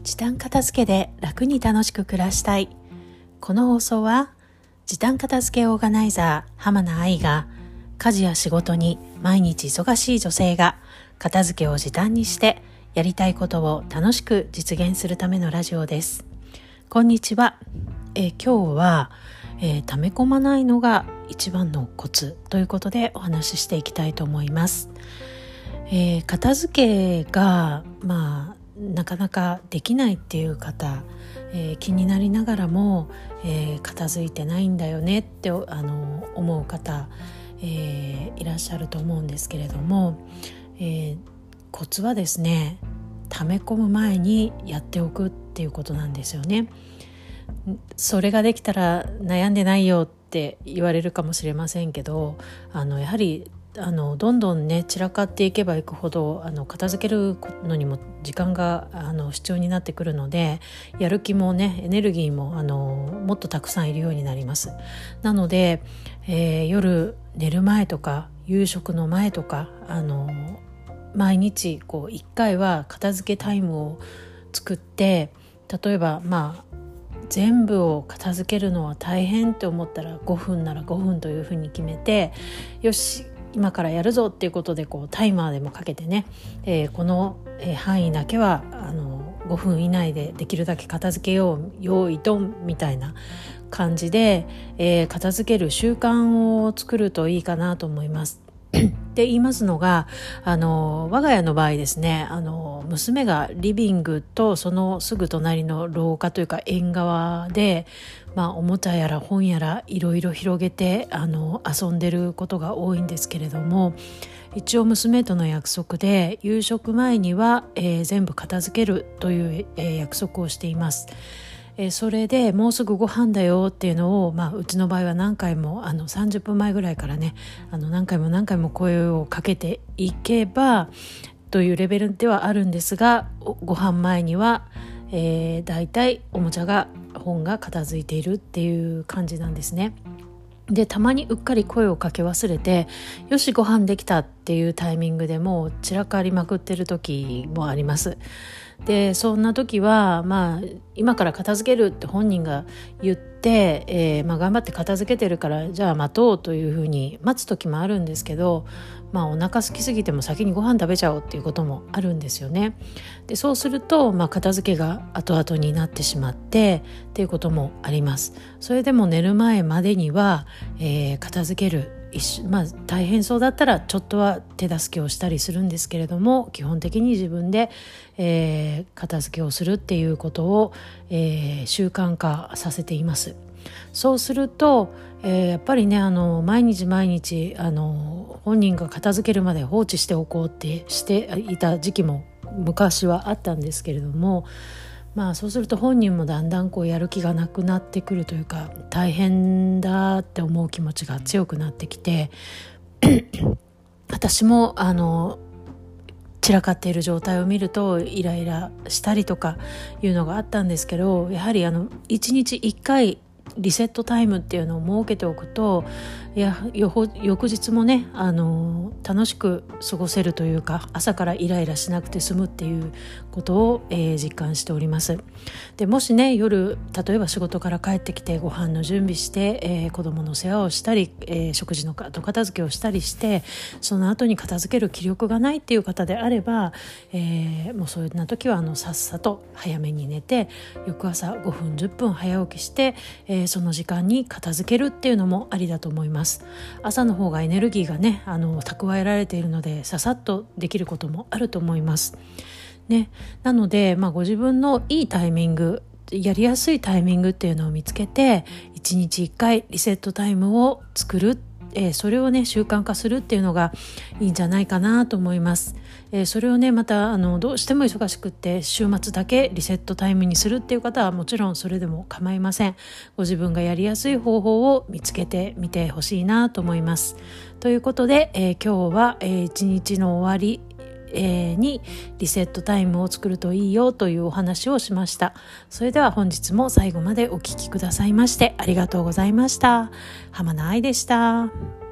時短片付けで楽に楽しく暮らしたい。この放送は時短片付けオーガナイザー浜名愛が家事や仕事に毎日忙しい女性が片付けを時短にしてやりたいことを楽しく実現するためのラジオです。こんにちは。今日は、溜め込まないのが一番のコツということでお話ししていきたいと思います。片付けがなかなかできないっていう方、気になりながらも、片付いてないんだよねって思う方、いらっしゃると思うんですけれども、コツはですね、溜め込む前にやっておくっていうことなんですよね。それができたら悩んでないよって言われるかもしれませんけど、やはりどんどんね散らかっていけばいくほど片付けるのにも時間が必要になってくるので、やる気もねエネルギーももっとたくさんいるようになります。なので、夜寝る前とか夕食の前とか毎日1回は片付けタイムを作って、例えば全部を片付けるのは大変って思ったら5分なら5分というふうに決めて、よし今からやるぞっていうことでタイマーでもかけてね、この範囲だけは5分以内でできるだけ片付けよう、用意ドンみたいな感じで、片付ける習慣を作るといいかなと思います。って言いますのが、我が家の場合ですね、娘がリビングとそのすぐ隣の廊下というか縁側で、おもちゃやら本やらいろいろ広げて遊んでることが多いんですけれども、一応娘との約束で夕食前には、全部片付けるという、約束をしています。それでもうすぐご飯だよっていうのを、うちの場合は何回も30分前ぐらいからね何回も声をかけていけばというレベルではあるんですが、ご飯前には、だいたい本が片付いているっていう感じなんですね。でたまにうっかり声をかけ忘れて、よしご飯できたっていうタイミングでもう散らかりまくってる時もあります。でそんな時は今から片付けるって本人が言って、頑張って片付けてるからじゃあ待とうというふうに待つ時もあるんですけど、お腹空きすぎても先にご飯食べちゃおうっていうこともあるんですよね。でそうすると、片付けが後々になってしまってっていうこともあります。それでも寝る前までには、片付ける大変そうだったらちょっとは手助けをしたりするんですけれども、基本的に自分で、片付けをするっていうことを、習慣化させています。そうすると、やっぱりね毎日本人が片付けるまで放置しておこうってしていた時期も昔はあったんですけれども、そうすると本人もだんだんやる気がなくなってくるというか、大変だって思う気持ちが強くなってきて私も散らかっている状態を見るとイライラしたりとかいうのがあったんですけど、やはり1日1回リセットタイムっていうのを設けておくと、翌日もね楽しく過ごせるというか、朝からイライラしなくて済むっていうことを、実感しております。でもしね夜例えば仕事から帰ってきてご飯の準備して、子供の世話をしたり、食事の後片付けをしたりして、その後に片付ける気力がないっていう方であれば、もうそういう時はさっさと早めに寝て、翌朝5分10分早起きして、その時間に片付けるっていうのもありだと思います。朝の方がエネルギーがね蓄えられているので、ささっとできることもあると思いますね。なので、ご自分のいいタイミング、やりやすいタイミングっていうのを見つけて1日1回リセットタイムを作る、それをね習慣化するっていうのがいいんじゃないかなと思います。それをねまたどうしても忙しくって週末だけリセットタイムにするっていう方はもちろんそれでも構いません。ご自分がやりやすい方法を見つけてみてほしいなと思います。ということで、今日は、一日の終わりにリセットタイムを作るといいよというお話をしました。それでは本日も最後までお聞きくださいましてありがとうございました。浜名愛でした。